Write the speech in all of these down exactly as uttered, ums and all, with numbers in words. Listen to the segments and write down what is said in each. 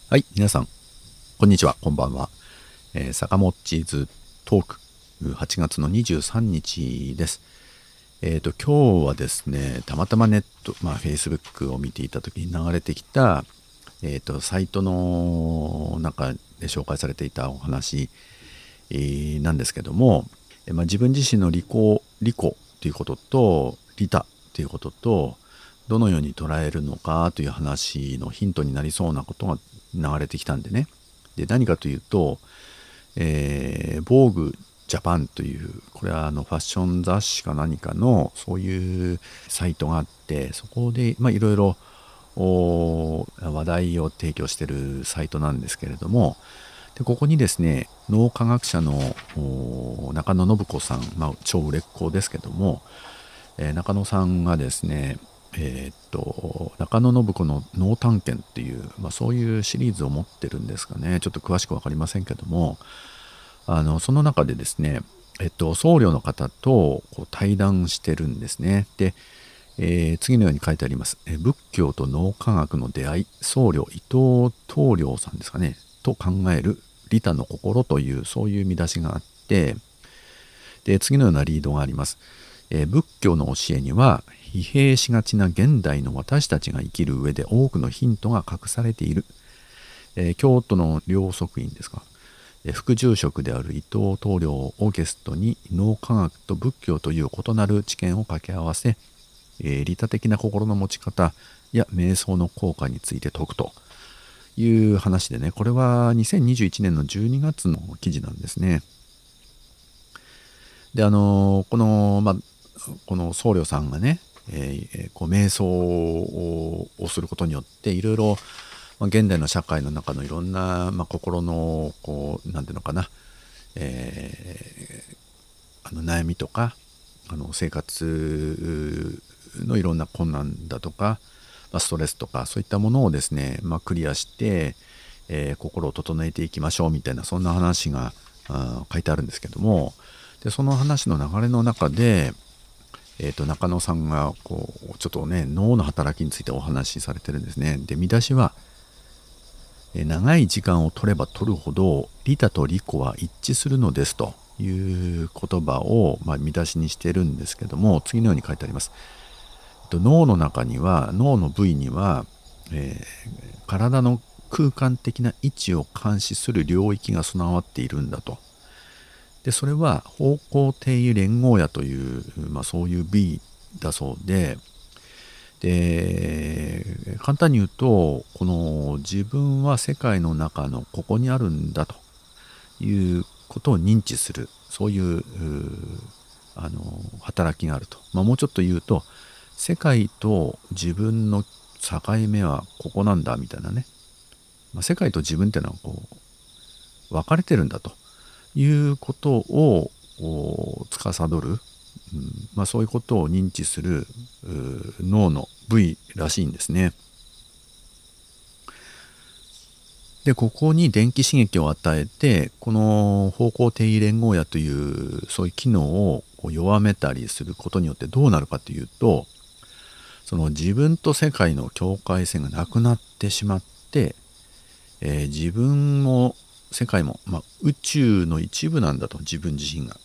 はい、皆さん、こんにちは、こんばんは。えー、坂本チーズトーク、はちがつのにじゅうさんにちです。えっ、と、今日はですね、たまたまネット、まあ、Facebook を見ていた時に流れてきた、えっ、と、サイトの中で紹介されていたお話、えーなんですけども、えーまあ、自分自身の利己、利己ということと、利他ということと、どのように捉えるのかという話のヒントになりそうなことが流れてきたんでね。で、何かというと、えー、ボーグジャパンという、これはあのファッション雑誌か何かのそういうサイトがあって、そこでまあいろいろお話題を提供しているサイトなんですけれども、でここにですね、脳科学者のお中野信子さん、まあ、超売れっ子ですけども、えー中野さんがですね、えーっと中野信子の脳探検っていう、まあ、そういうシリーズを持ってるんですかね。ちょっと詳しく分かりませんけども、あのその中でですね、えっと、僧侶の方とこう対談してるんですね。で、えー次のように書いてあります。えー仏教と脳科学の出会い、僧侶伊藤東良さんですかね、と考える利他の心という、そういう見出しがあって、で、次のようなリードがあります。えー仏教の教えには、疲弊しがちな現代の私たちが生きる上で多くのヒントが隠されている。えー京都の両側院ですか。えー副住職である伊藤東良をゲストに脳科学と仏教という異なる知見を掛け合わせ、えー利他的な心の持ち方や瞑想の効果について説くという話でね、これはにせんにじゅういちねんのじゅうにがつの記事なんですね。で、あのこの、まあ、この僧侶さんがね、えーこう瞑想ををすることによっていろいろ、まあ、現代の社会の中のいろんな、まあ、心のこうなんていうのかな、えーあの悩みとか、あの生活のいろんな困難だとか、まあ、ストレスとかそういったものをですね、まあ、クリアして、えー心を整えていきましょうみたいな、そんな話があー書いてあるんですけども、でその話の流れの中で、えー、と中野さんがこうちょっとね、脳の働きについてお話しされてるんですね。で、見出しは、えー長い時間を取れば取るほど利他と利己は一致するのですという言葉を、まあ、見出しにしてるんですけども、次のように書いてあります。えっと脳の中には、脳の部位には、えー体の空間的な位置を監視する領域が備わっているんだと。で、それは方向定位連合野という、まあ、そういう部位だそうで、で、簡単に言うと、この自分は世界の中のここにあるんだということを認知する、そういううあの働きがあると。まあ、もうちょっと言うと、世界と自分の境目はここなんだみたいなね、まあ、世界と自分っていうのはこう分かれてるんだということをお司る、うんまあ、そういうことを認知するう脳の部位らしいんですね。で、ここに電気刺激を与えて、この方向定位連合野というそういう機能をこう弱めたりすることによってどうなるかというと、その自分と世界の境界線がなくなってしまって、えー自分も世界も、まあ、宇宙の一部なんだと、自分自身が。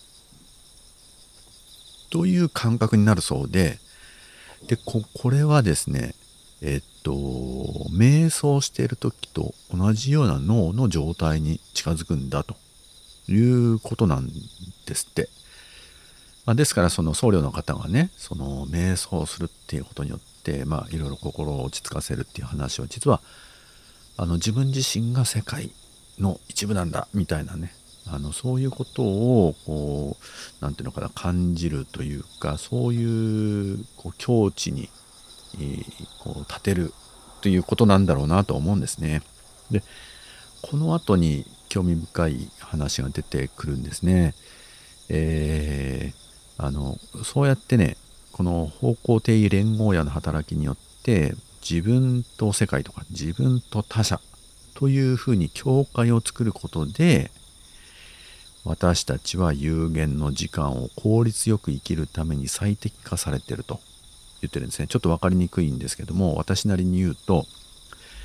という感覚になるそうで、で、こ、これはですね、えっと、瞑想している時と同じような脳の状態に近づくんだということなんですって。まあ、ですから、その僧侶の方がね、その瞑想するっていうことによって、まあ、いろいろ心を落ち着かせるっていう話は、実は、あの、自分自身が世界の一部なんだ、みたいなね、あの、そういうことを、こう、なんていうのかな、感じるというか、そういう、こう、境地に、えーこう立てるということなんだろうなと思うんですね。で、この後に興味深い話が出てくるんですね。えーあのそうやってね、この方向定位連合野の働きによって自分と世界とか自分と他者というふうに境界を作ることで、私たちは有限の時間を効率よく生きるために最適化されていると言ってるんですね。ちょっと分かりにくいんですけども、私なりに言うと、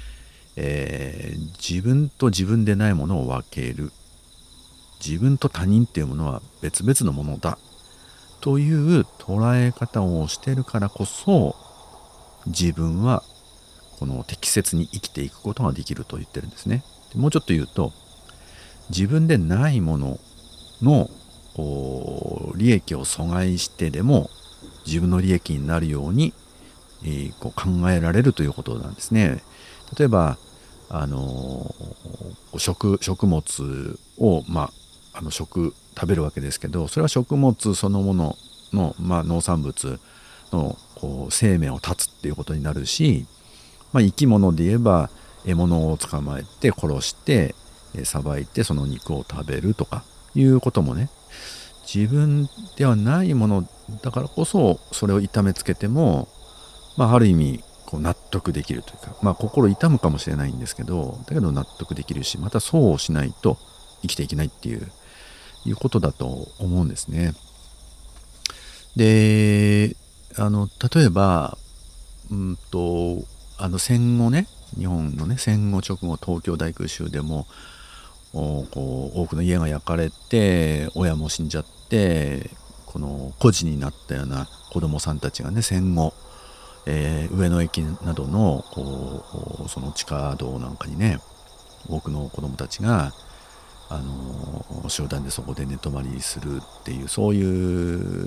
えー自分と自分でないものを分ける、自分と他人っていうものは別々のものだという捉え方をしているからこそ、自分はこの適切に生きていくことができると言ってるんですね。でもうちょっと言うと、自分でないもののこう利益を阻害してでも自分の利益になるように、えーこう考えられるということなんですね。例えばあの食食物を、まあ、あの食食べるわけですけど、それは食物そのものの、まあ、農産物のこう生命を断つっていうことになるし、まあ、生き物で言えば獲物を捕まえて殺してさばいてその肉を食べるとかいうこともね、自分ではないものだからこそそれを痛めつけても、まあ、ある意味こう納得できるというか、まあ、心痛むかもしれないんですけど、だけど納得できるし、またそうしないと生きていけないっていういうことだと思うんですね。で、あの例えばうんとあの戦後ね、日本のね戦後直後、東京大空襲でもおこう多くの家が焼かれて親も死んじゃって、この孤児になったような子どもさんたちがね、戦後、えー上野駅などのこうその地下道なんかにね、多くの子どもたちがあの集団でそこで寝泊まりするっていう、そういう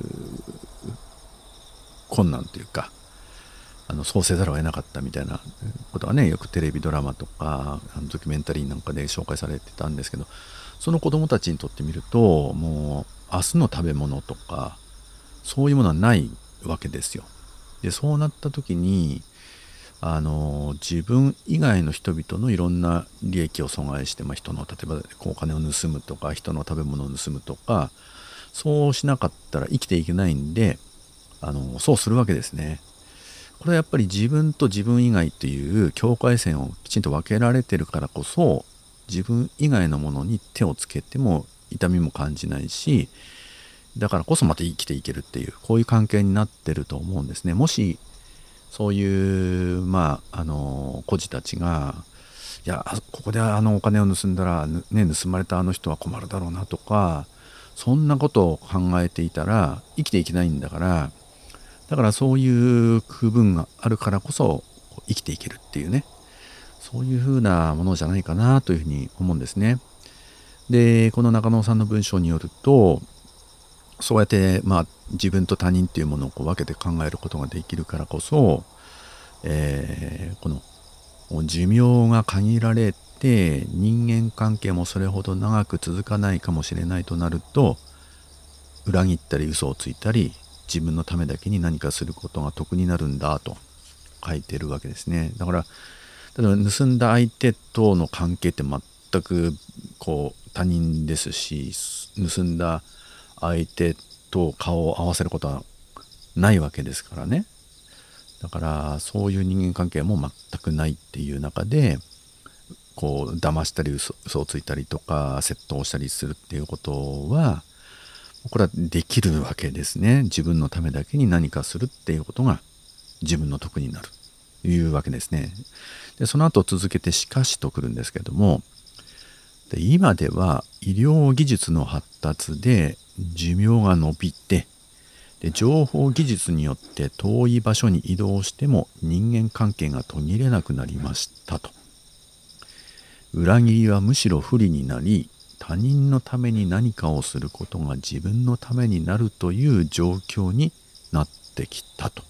困難というか、あのそうせざるを得なかったみたいなことはね、よくテレビドラマとかあのドキュメンタリーなんかで紹介されてたんですけど、その子どもたちにとってみると、もう明日の食べ物とかそういうものはないわけですよ。でそうなった時に、あの自分以外の人々のいろんな利益を阻害して、まあ、人の例えばこうお金を盗むとか人の食べ物を盗むとか、そうしなかったら生きていけないんで、あのそうするわけですね。これはやっぱり自分と自分以外という境界線をきちんと分けられてるからこそ、自分以外のものに手をつけても痛みも感じないし、だからこそまた生きていけるっていう、こういう関係になってると思うんですね。もしそういうまああの孤児たちが、いやここであのお金を盗んだら、ね、盗まれたあの人は困るだろうなとか、そんなことを考えていたら生きていけないんだから、だからそういう区分があるからこそ生きていけるっていうね、そういう風なものじゃないかなというふうに思うんですね。でこの中野さんの文章によると、そうやってまあ自分と他人っていうものをこう分けて考えることができるからこそ、えーこの寿命が限られて人間関係もそれほど長く続かないかもしれないとなると、裏切ったり嘘をついたり自分のためだけに何かすることが得になるんだと書いてるわけですね。だから例えば盗んだ相手との関係って全くこう他人ですし、盗んだ相手と顔を合わせることはないわけですからね。だからそういう人間関係も全くないっていう中で、こう騙したり嘘嘘をついたりとか窃盗したりするっていうことは、これはできるわけですね。自分のためだけに何かするっていうことが自分の得になるというわけですね。でその後続けてしかしとくるんですけれども、で今では医療技術の発達で寿命が伸びて、で情報技術によって遠い場所に移動しても人間関係が途切れなくなりましたと。裏切りはむしろ不利になり、他人のために何かをすることが自分のためになるという状況になってきたと。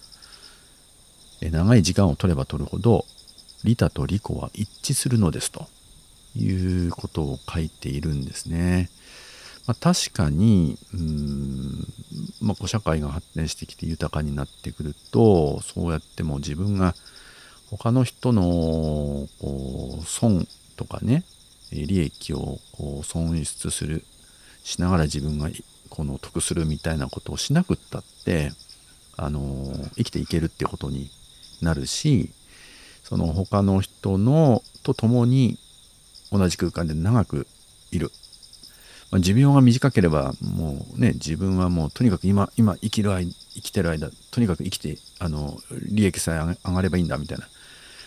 長い時間を取れば取るほど利他と利己は一致するのですということを書いているんですね。まあ、確かにうーん、まあ、社会が発展してきて豊かになってくると、そうやっても自分が他の人のこう損とかね、利益をこう損失するしながら自分がこの得するみたいなことをしなくったって、あの生きていけるっていうことになるし、その他の人のと共に同じ空間で長くいる、まあ、寿命が短ければもうね、自分はもうとにかく今今生きる間生きてる間とにかく生きて、あの利益さえ上がればいいんだみたいな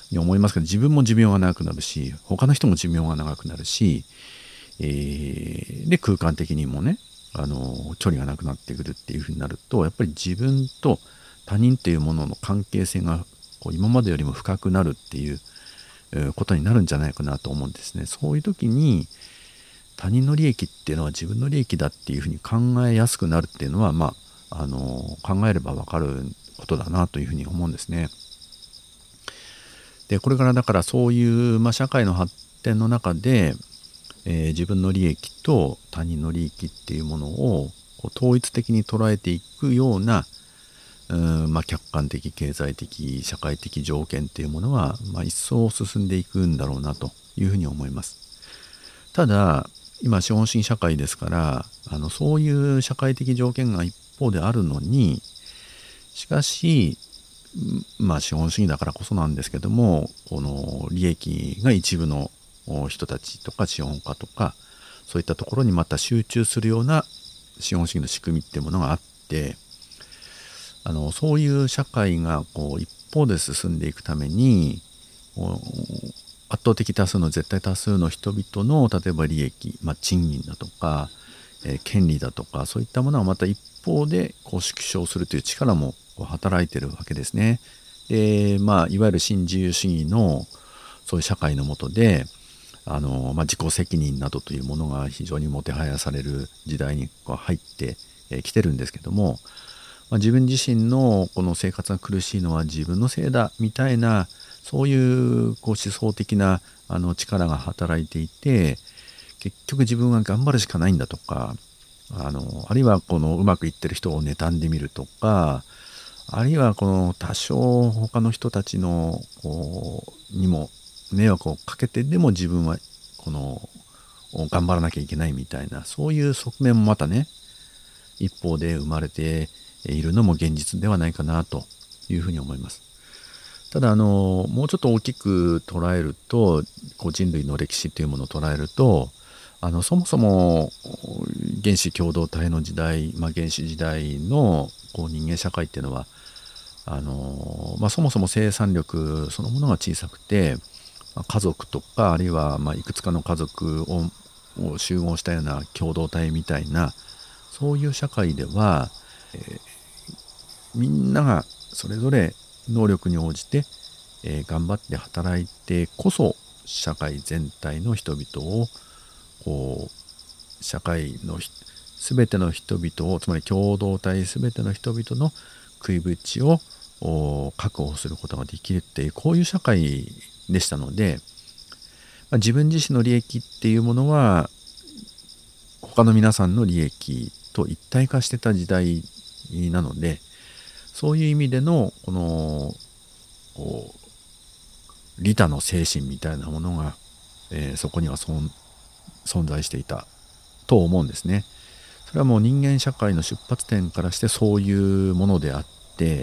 に思いますけど、自分も寿命が長くなるし、他の人も寿命が長くなるし、えー、で空間的にもね、あの距離がなくなってくるっていうふうになると、やっぱり自分と他人っていうものの関係性がこう今までよりも深くなるっていうことになるんじゃないかなと思うんですね。そういう時に他人の利益っていうのは自分の利益だっていうふうに考えやすくなるっていうのは、まあ、あの考えればわかることだなというふうに思うんですね。でこれからだからそういう、まあ、社会の発展の中で、えー、自分の利益と他人の利益っていうものをこう統一的に捉えていくような、うんまあ、客観的経済的社会的条件っていうものは、まあ、一層進んでいくんだろうなというふうに思います。ただ今資本主義社会ですから、あのそういう社会的条件が一方であるのに、しかしまあ資本主義だからこそなんですけども、この利益が一部の人たちとか資本家とかそういったところにまた集中するような資本主義の仕組みっていうものがあって、あのそういう社会がこう一方で進んでいくために、圧倒的多数の絶対多数の人々の例えば利益、まあ、賃金だとか、えー、権利だとかそういったものはまた一方でこう縮小するという力もこう働いているわけですね。でまあいわゆる新自由主義のそういう社会の下であの、まあ、自己責任などというものが非常にもてはやされる時代にこう入ってきてるんですけども、まあ、自分自身のこの生活が苦しいのは自分のせいだみたいな、そういうこう思想的なあの力が働いていて、結局自分は頑張るしかないんだとか、あのあるいはこのうまくいってる人を妬んでみるとか、あるいはこの多少他の人たちのこうにも迷惑をかけてでも自分はこの頑張らなきゃいけないみたいな、そういう側面もまたね一方で生まれているのも現実ではないかなというふうに思います。ただあのもうちょっと大きく捉えると、こう人類の歴史というものを捉えると、あのそもそも原始共同体の時代、まあ、原始時代のこう人間社会っていうのはあの、まあ、そもそも生産力そのものが小さくて、まあ、家族とかあるいはまあいくつかの家族をを集合したような共同体みたいな、そういう社会では、えー、みんながそれぞれ能力に応じて、えー、頑張って働いてこそ社会全体の人々をこう社会の全ての人々を、つまり共同体全ての人々の食いぶちを確保することができるっていう、こういう社会でしたので、まあ、自分自身の利益っていうものは他の皆さんの利益と一体化してた時代なので、そういう意味でのこのこう利他の精神みたいなものが、えー、そこには存在していたと思うんですね。それはもう人間社会の出発点からしてそういうものであって、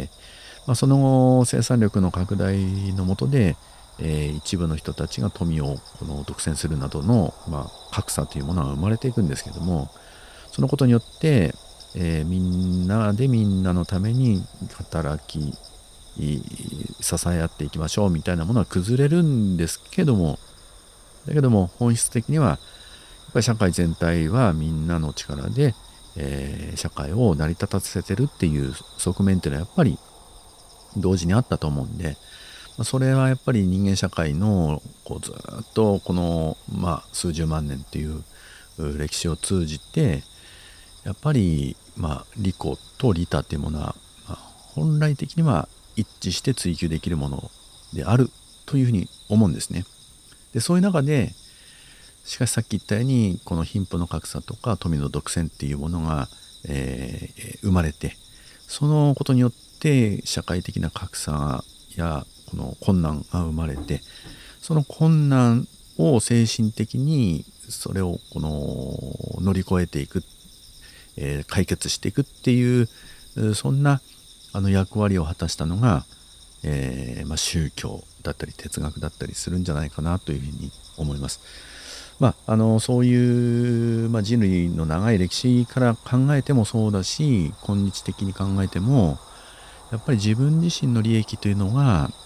まあ、その後生産力の拡大の下で、えー、一部の人たちが富をこの独占するなどの、まあ、格差というものが生まれていくんですけども、そのことによって、えー、みんなでみんなのために働き支え合っていきましょうみたいなものは崩れるんですけども、だけども本質的にはやっぱり社会全体はみんなの力で、えー、社会を成り立たせてるっていう側面っていうのはやっぱり同時にあったと思うんで、それはやっぱり人間社会のこうずっとこの、まあ、数十万年っていう歴史を通じてやっぱり、まあ、利己と利他っていうものは、まあ、本来的には一致して追求できるものであるというふうに思うんですね。でそういう中でしかしさっき言ったようにこの貧富の格差とか富の独占っていうものが、えー、生まれて、そのことによって社会的な格差やこの困難が生まれて、その困難を精神的にそれをこの乗り越えていく、えー、解決していくっていうそんなあの役割を果たしたのが、えーまあ、宗教だったり哲学だったりするんじゃないかなというふうに思います。まあ、あのそういう、まあ、人類の長い歴史から考えてもそうだし、今日的に考えてもやっぱり自分自身の利益というのが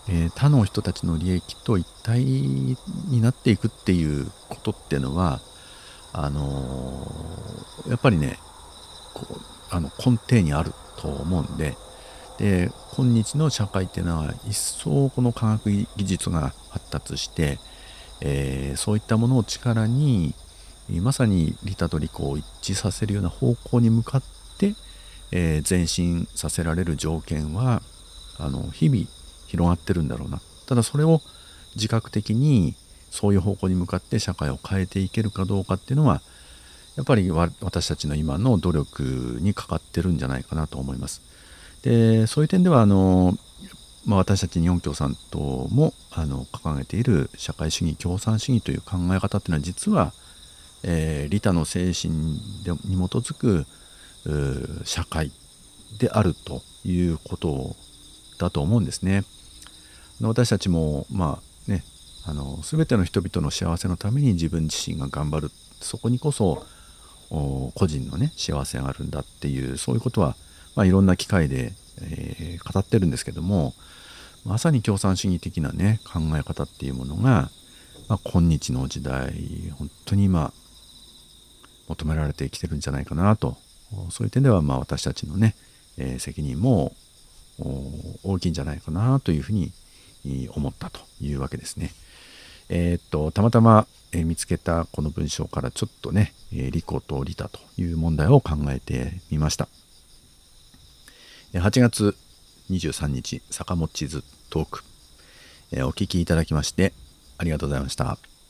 えー他の人たちの利益と一体になっていくっていうことっていうのはあのーやっぱりねこうあの根底にあると思うんで、で今日の社会っていうのは一層この科学技術が発達して、えーそういったものを力にまさに利他と利己を一致させるような方向に向かって、えー前進させられる条件はあの日々広がってるんだろうな。ただそれを自覚的にそういう方向に向かって社会を変えていけるかどうかっていうのはやっぱりわ私たちの今の努力にかかってるんじゃないかなと思います。でそういう点ではあの、まあ、私たち日本共産党もあの掲げている社会主義共産主義という考え方っていうのは実は、えー利他の精神でに基づくうー社会であるということだと思うんですね。私たちもまあねあの全ての人々の幸せのために自分自身が頑張る、そこにこそお個人のね幸せがあるんだっていうそういうことは、まあ、いろんな機会で、えー語ってるんですけども、まさに共産主義的なね考え方っていうものが、まあ、今日の時代本当に今求められてきてるんじゃないかなと、そういう点ではまあ私たちのね、えー責任もお大きいんじゃないかなというふうにえー思ったというわけですね。えーっとたまたまえー見つけたこの文章からちょっとね、えー利己と利他という問題を考えてみました。えーはちがつにじゅうさんにち坂本地図トーク、えーお聞きいただきましてありがとうございました。